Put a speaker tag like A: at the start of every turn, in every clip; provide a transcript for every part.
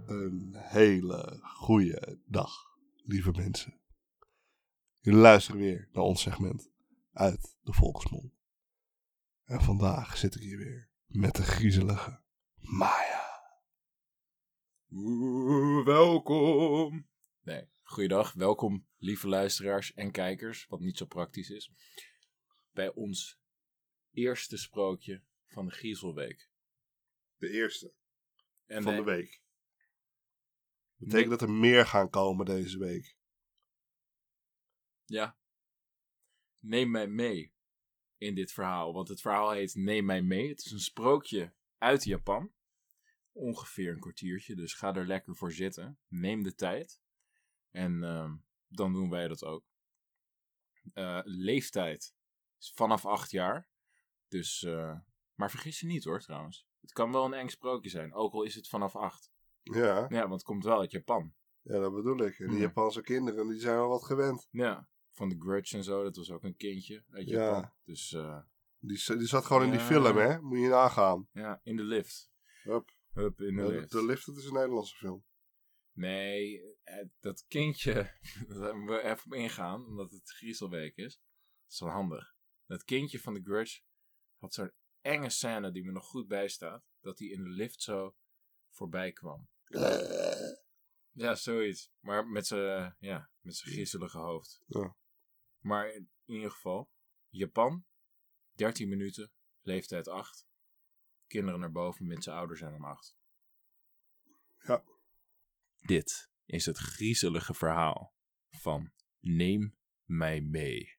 A: Een hele goede dag, lieve mensen. Jullie luisteren weer naar ons segment uit de Volksmond. En vandaag zit ik hier weer met de griezelige Maya.
B: Welkom. Nee, goeiedag. Welkom, lieve luisteraars en kijkers, wat niet zo praktisch is, bij ons eerste sprookje van de Griezelweek.
A: De eerste
B: En
A: van de week. Betekent dat er meer gaan komen deze week?
B: Ja. Neem mij mee in dit verhaal, want het verhaal heet Neem mij mee. Het is een sprookje uit Japan. Ongeveer een kwartiertje, dus ga er lekker voor zitten. Neem de tijd. En dan doen wij dat ook. Leeftijd is vanaf 8 jaar. Dus, maar vergis je niet hoor trouwens. Het kan wel een eng sprookje zijn, ook al is het vanaf 8.
A: Ja,
B: Ja, want het komt wel uit Japan.
A: ja, dat bedoel ik. En die
B: Ja.
A: Japanse kinderen, die zijn wel wat gewend.
B: Ja, van The Grudge en zo, dat was ook een kindje uit
A: Ja.
B: Japan. Dus
A: Die zat gewoon in die
B: Ja.
A: film, hè? Moet je nagaan.
B: ja, in de lift.
A: Hup.
B: Hup, in de lift.
A: De Lift, dat is een Nederlandse film.
B: Nee, dat kindje, daar moeten we even op ingaan, omdat het Griezelweek is. Dat is wel handig. Dat kindje van The Grudge had zo'n enge scène die me nog goed bijstaat. Dat hij in de lift zo voorbij kwam. Ja, zoiets. Maar met zijn griezelige hoofd.
A: Ja.
B: Maar in ieder geval, Japan, 13 minuten, leeftijd 8. Kinderen naar boven, met zijn ouders zijn om 8.
A: Ja.
B: Dit is het griezelige verhaal van Neem mij mee.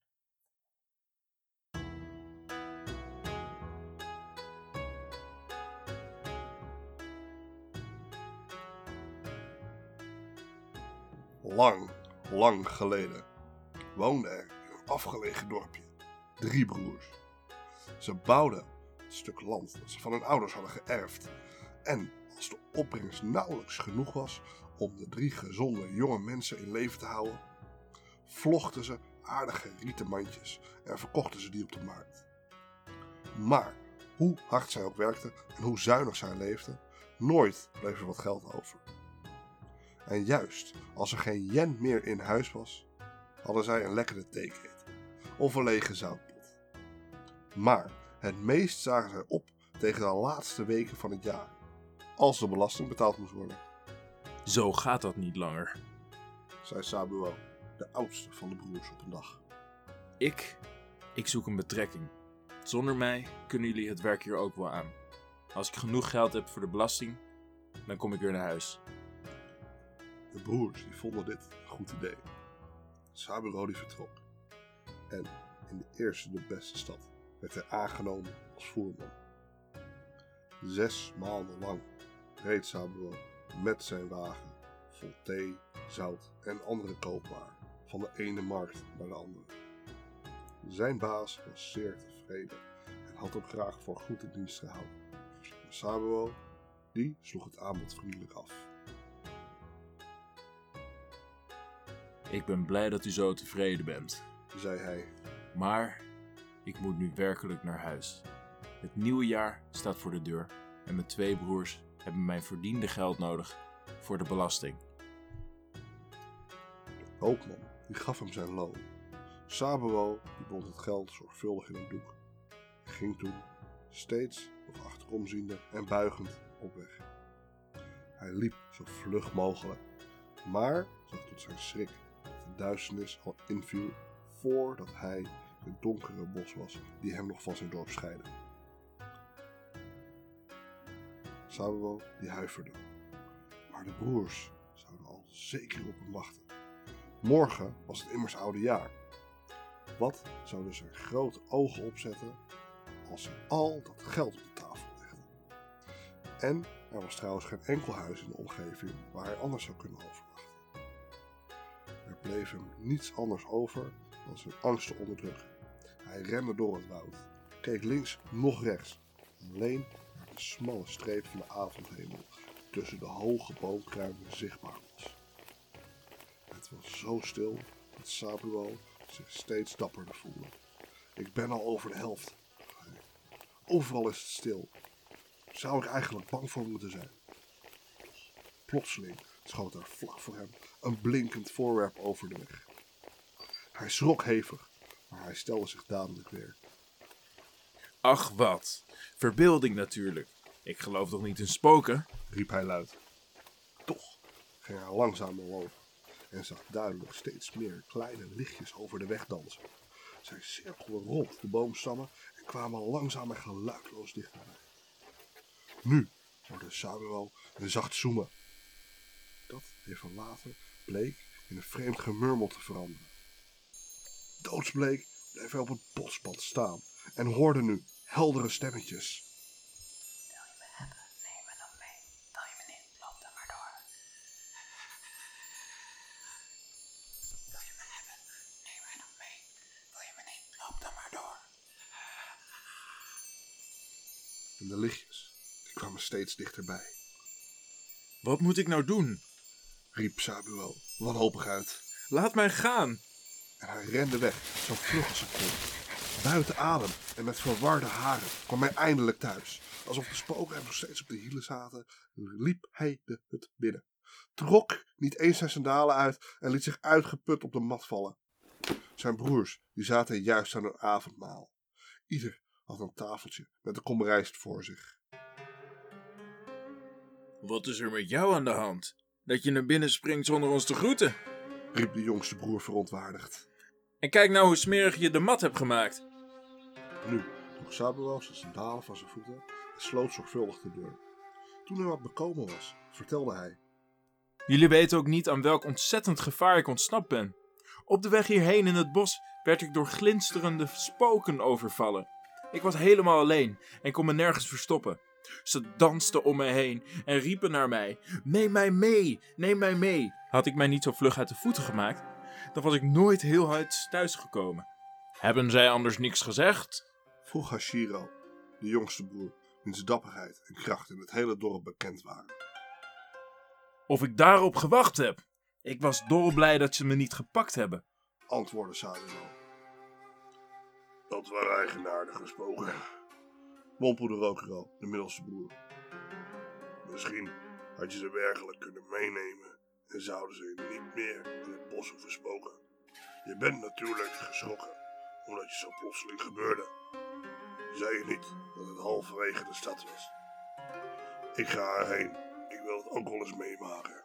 A: Lang geleden woonde er in een afgelegen dorpje 3 broers. Ze bouwden een stuk land dat ze van hun ouders hadden geërfd. En als de opbrengst nauwelijks genoeg was om de 3 gezonde jonge mensen in leven te houden, vlochten ze aardige rieten mandjes en verkochten ze die op de markt. Maar hoe hard zij ook werkten en hoe zuinig zij leefden, nooit bleef er wat geld over. En juist als er geen yen meer in huis was, hadden zij een lekkere theeketel of een lege zoutpot. Maar het meest zagen zij op tegen de laatste weken van het jaar, als de belasting betaald moest worden,
B: Zo gaat dat niet langer.
A: zei Sabuo, de oudste van de broers, op een dag.
B: Ik zoek een betrekking. Zonder mij kunnen jullie het werk hier ook wel aan. Als ik genoeg geld heb voor de belasting, dan kom ik weer naar huis.
A: De broers die vonden dit een goed idee. Saburo die vertrok. En in de eerste de beste stad werd hij aangenomen als voerman. 6 maanden lang reed Saburo met zijn wagen vol thee, zout en andere koopwaar van de ene markt naar de andere. Zijn baas was zeer tevreden en had hem graag voor goed in dienst gehouden. Maar Saburo die sloeg het aanbod vriendelijk af.
B: Ik ben blij dat u zo tevreden bent.
A: Zei hij.
B: Maar ik moet nu werkelijk naar huis. Het nieuwe jaar staat voor de deur en mijn 2 broers hebben mijn verdiende geld nodig voor de belasting.
A: De koopman die gaf hem zijn loon. Saburo die bond het geld zorgvuldig in een doek. Hij ging toen, steeds nog achterom ziende en buigend, op weg. Hij liep zo vlug mogelijk, maar zag tot zijn schrik dat de duisternis al inviel voordat hij in het donkere bos was die hem nog van zijn dorp scheidde. Saburo die huiverde, maar de broers zouden al zeker op hem wachten. Morgen was het immers oude jaar. Wat zouden ze grote ogen opzetten als ze al dat geld op de tafel legden? En er was trouwens geen enkel huis in de omgeving waar hij anders zou kunnen overnachten. Er bleef hem niets anders over dan zijn angst te onderdrukken. Hij rende door het woud, keek links nog rechts, alleen naar de smalle streep van de avondhemel tussen de hoge boomkruinen zichtbaar was. Het was zo stil dat Saburo zich steeds dapperder voelde. Ik ben al over de helft. Overal is het stil. Zou ik eigenlijk bang voor moeten zijn? Plotseling schoot er vlak voor hem een blinkend voorwerp over de weg. Hij schrok hevig, maar hij stelde zich dadelijk weer.
B: Ach wat, verbeelding natuurlijk. Ik geloof toch niet in spoken?
A: Riep hij luid. Toch ging hij langzamer lopen en zag duidelijk steeds meer kleine lichtjes over de weg dansen. Zij cirkelden rond de boomstammen en kwamen langzaam en geluidloos dichterbij. Nu hoorde Samuel een zacht zoemen. Dat even later bleek in een vreemd gemurmel te veranderen. Doodsbleek bleef hij op het bospad staan en hoorde nu heldere stemmetjes.
C: Wil je me hebben? Neem me dan mee. Wil je me niet? Loop dan maar door. Wil je me hebben? Neem me dan mee. Wil je me niet? Loop dan maar door.
A: En de lichtjes die kwamen steeds dichterbij.
B: Wat moet ik nou doen?
A: Riep Samuel wanhopig uit.
B: Laat mij gaan.
A: En hij rende weg, zo vlug als hij kon. Buiten adem en met verwarde haren kwam hij eindelijk thuis. Alsof de spoken hem nog steeds op de hielen zaten, liep hij de hut binnen. Trok niet eens zijn sandalen uit en liet zich uitgeput op de mat vallen. Zijn broers die zaten juist aan hun avondmaal. Ieder had een tafeltje met een kom rijst voor zich.
B: Wat is er met jou aan de hand? Dat je naar binnen springt zonder ons te groeten?
A: Riep de jongste broer verontwaardigd.
B: En kijk nou hoe smerig je de mat hebt gemaakt.
A: Nu droeg Samuel zijn sandalen van zijn voeten en sloot zorgvuldig de deur. Toen hij wat bekomen was, vertelde hij.
B: Jullie weten ook niet aan welk ontzettend gevaar ik ontsnapt ben. Op de weg hierheen in het bos werd ik door glinsterende spoken overvallen. Ik was helemaal alleen en kon me nergens verstoppen. Ze dansten om me heen en riepen naar mij. Neem mij mee, neem mij mee. Had ik mij niet zo vlug uit de voeten gemaakt, dan was ik nooit heel hard thuisgekomen. Hebben zij anders niks gezegd?
A: Vroeg Hashiro, de jongste broer, wiens dapperheid en kracht in het hele dorp bekend waren.
B: Of ik daarop gewacht heb. Ik was dolblij dat ze me niet gepakt hebben.
A: Antwoordde Samuel. Dat waren eigenaardige spoken, mompelde Rokuro, de middelste broer. Misschien had je ze werkelijk kunnen meenemen en zouden ze niet meer in het bos hoeven spoken. Je bent natuurlijk geschrokken, omdat je zo plotseling gebeurde. Zei je niet dat het halverwege de stad was? Ik ga erheen, ik wil het ook wel eens meemaken.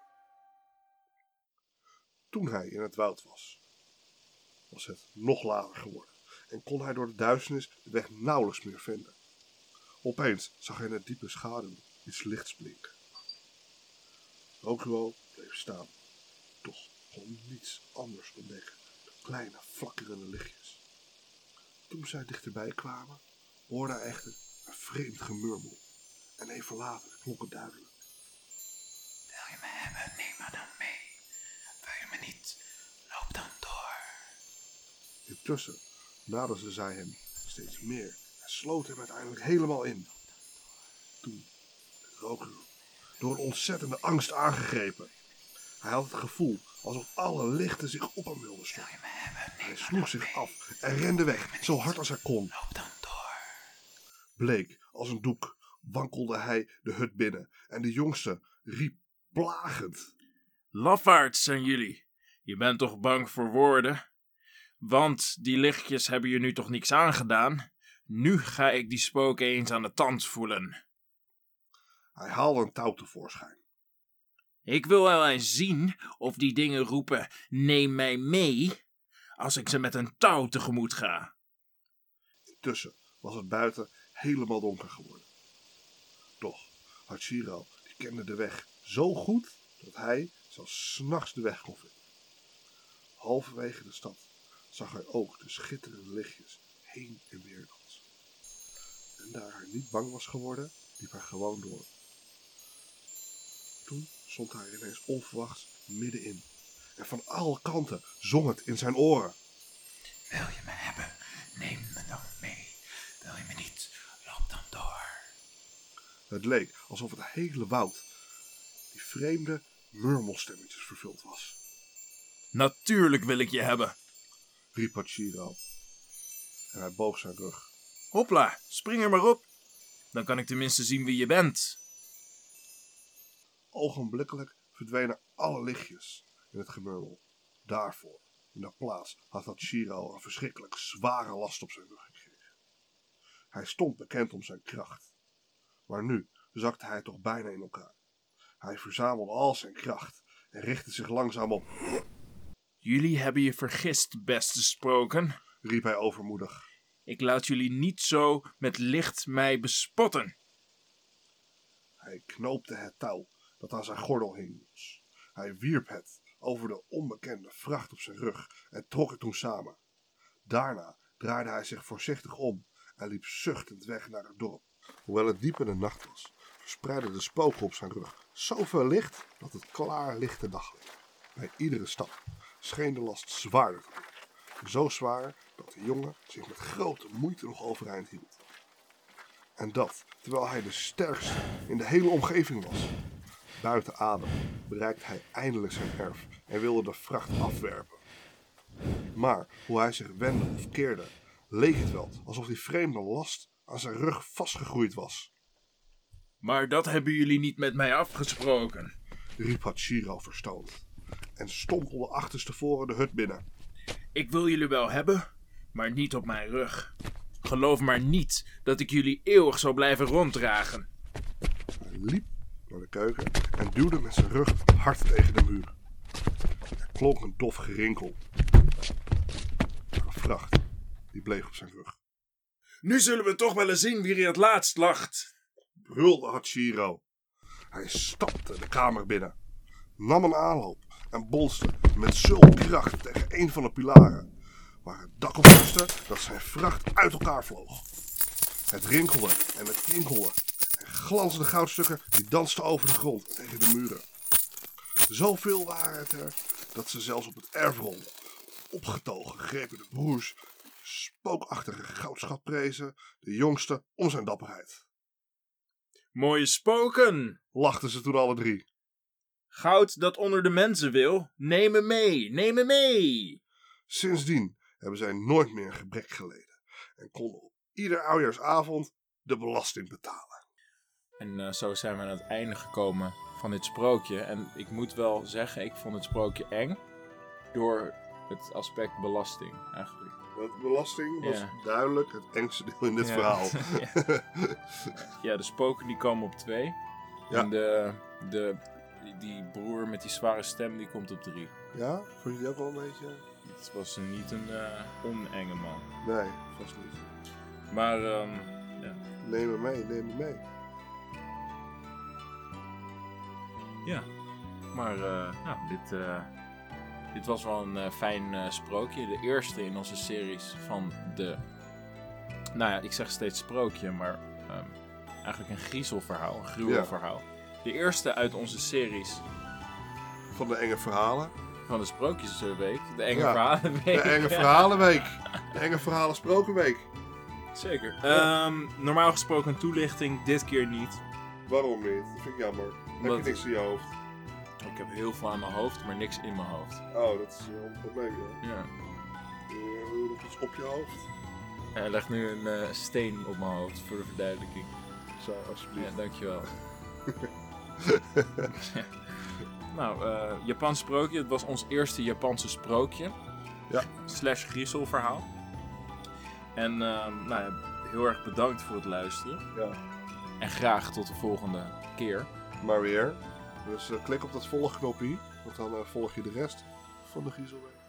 A: Toen hij in het woud was het nog later geworden en kon hij door de duisternis de weg nauwelijks meer vinden. Opeens zag hij in de diepe schaduw iets lichts blinken. Rokuro bleef staan, doch kon niets anders ontdekken dan kleine flakkerende lichtjes. Toen zij dichterbij kwamen, hoorde hij echter een vreemd gemurmel en even later klonk het duidelijk.
C: Wil je me hebben? Neem me dan mee. Wil je me niet? Loop dan door.
A: Intussen naderden zij hem steeds meer en sloot hem uiteindelijk helemaal in. Toen werd Rokuro door een ontzettende angst aangegrepen. Hij had het gevoel alsof alle lichten zich op hem wilden
C: Wil
A: storten.
C: je me hebben? Neem
A: Hij
C: me
A: sloeg
C: dan
A: zich
C: mee.
A: af en rende weg, zo hard als hij kon.
C: Loop dan door.
A: Bleek als een doek wankelde hij de hut binnen en de jongste riep plagend.
B: Lafaards zijn jullie. Je bent toch bang voor woorden? Want die lichtjes hebben je nu toch niks aangedaan? Nu ga ik die spoken eens aan de tand voelen.
A: Hij haalde een touw tevoorschijn.
B: Ik wil wel eens zien of die dingen roepen, neem mij mee, als ik ze met een touw tegemoet ga.
A: Intussen was het buiten helemaal donker geworden. Doch Hachiro die kende de weg zo goed dat hij zelfs 's nachts de weg kon vinden. Halverwege de stad zag hij ook de schitterende lichtjes heen en weer dansen. En daar hij niet bang was geworden, liep hij gewoon door. Toen stond hij ineens onverwachts middenin. En van alle kanten zong het in zijn oren.
C: Wil je me hebben? Neem me dan mee. Wil je me niet? Loop dan door.
A: Het leek alsof het hele woud die vreemde murmelstemmetjes vervuld was.
B: Natuurlijk wil ik je hebben.
A: Riep Hachiro. En hij boog zijn rug.
B: Hopla, spring er maar op. Dan kan ik tenminste zien wie je bent.
A: Ogenblikkelijk verdwenen alle lichtjes in het gemurmel. Daarvoor, in de plaats, had Hachiro een verschrikkelijk zware last op zijn rug gekregen. Hij stond bekend om zijn kracht. Maar nu zakte hij toch bijna in elkaar. Hij verzamelde al zijn kracht en richtte zich langzaam op.
B: Jullie hebben je vergist, beste Spoken.
A: Riep hij overmoedig.
B: Ik laat jullie niet zo met licht mij bespotten.
A: Hij knoopte het touw dat aan zijn gordel hing los. Hij wierp het over de onbekende vracht op zijn rug en trok het toen samen. Daarna draaide hij zich voorzichtig om en liep zuchtend weg naar het dorp. Hoewel het diep in de nacht was, verspreidden de spoken op zijn rug zoveel licht dat het klaar lichte dag leek. Bij iedere stap scheen de last zwaarder te worden. Zo zwaar dat de jongen zich met grote moeite nog overeind hield. En dat terwijl hij de sterkste in de hele omgeving was. Buiten adem bereikte hij eindelijk zijn erf en wilde de vracht afwerpen. Maar hoe hij zich wendde of keerde, leek het wel alsof die vreemde last aan zijn rug vastgegroeid was.
B: Maar dat hebben jullie niet met mij afgesproken.
A: Riep Hachiro verstoord en stompelde achterstevoren de hut binnen.
B: Ik wil jullie wel hebben, maar niet op mijn rug. Geloof maar niet dat ik jullie eeuwig zal blijven ronddragen.
A: Hij liep naar de keuken en duwde met zijn rug hard tegen de muur. Er klonk een dof gerinkel. Maar de vracht, die bleef op zijn rug.
B: Nu zullen we toch wel eens zien wie er het laatst lacht.
A: Brulde Hachiro. Hij stapte de kamer binnen, nam een aanloop en bonste met zulke kracht tegen een van de pilaren, waar het dak op rustte dat zijn vracht uit elkaar vloog. Het rinkelde en het kinkelde en glansde goudstukken die dansten over de grond tegen de muren. Zoveel waren het er dat ze zelfs op het erf rolden. Opgetogen grepen de broers die de spookachtige goudschat prezen, de jongste om zijn dapperheid.
B: Mooie Spoken.
A: Lachten ze toen alle drie.
B: Goud dat onder de mensen wil, neem me mee, neem me mee.
A: Sindsdien hebben zij nooit meer een gebrek geleden en konden op ieder oudejaarsavond de belasting betalen.
B: En zo zijn we aan het einde gekomen van dit sprookje. En ik moet wel zeggen, ik vond het sprookje eng door het aspect belasting eigenlijk.
A: De belasting was
B: Ja.
A: duidelijk het engste deel in dit
B: Ja.
A: verhaal.
B: Ja, de spoken die komen op 2.
A: Ja.
B: En die broer met die zware stem die komt op 3.
A: Ja, vond je die ook wel een beetje?
B: Het was niet een onenge man.
A: Nee, vast niet.
B: Maar ja.
A: Neem me mee, neem me mee.
B: Ja, maar nou, dit was wel een fijn sprookje. De eerste in onze series van de... Nou ja, ik zeg steeds sprookje, maar eigenlijk een griezelverhaal, een gruwelverhaal. De eerste uit onze series
A: Van de enge verhalen.
B: van de Sprookjesweek. De enge
A: Ja,
B: verhalenweek.
A: De enge verhalenweek. De enge verhalen sprokenweek.
B: Zeker.
A: Ja.
B: Normaal gesproken een toelichting, dit keer niet.
A: Waarom niet? Dat vind ik jammer. Heb je
B: Wat?
A: niks in je hoofd?
B: Ik heb heel veel aan mijn hoofd, maar niks in mijn hoofd.
A: Oh, dat is wel een probleem, ja.
B: Ja.
A: Doe nog iets op je hoofd?
B: Hij legt nu een steen op mijn hoofd, voor de verduidelijking.
A: Zo, alsjeblieft.
B: Ja, dankjewel. Ja. Nou, Japans sprookje. Het was ons eerste Japanse sprookje.
A: Ja.
B: / griezelverhaal. En nou ja, heel erg bedankt voor het luisteren.
A: Ja.
B: En graag tot de volgende keer.
A: Maar weer. Dus klik op dat volgknopje, want dan volg je de rest van de Griezelweek.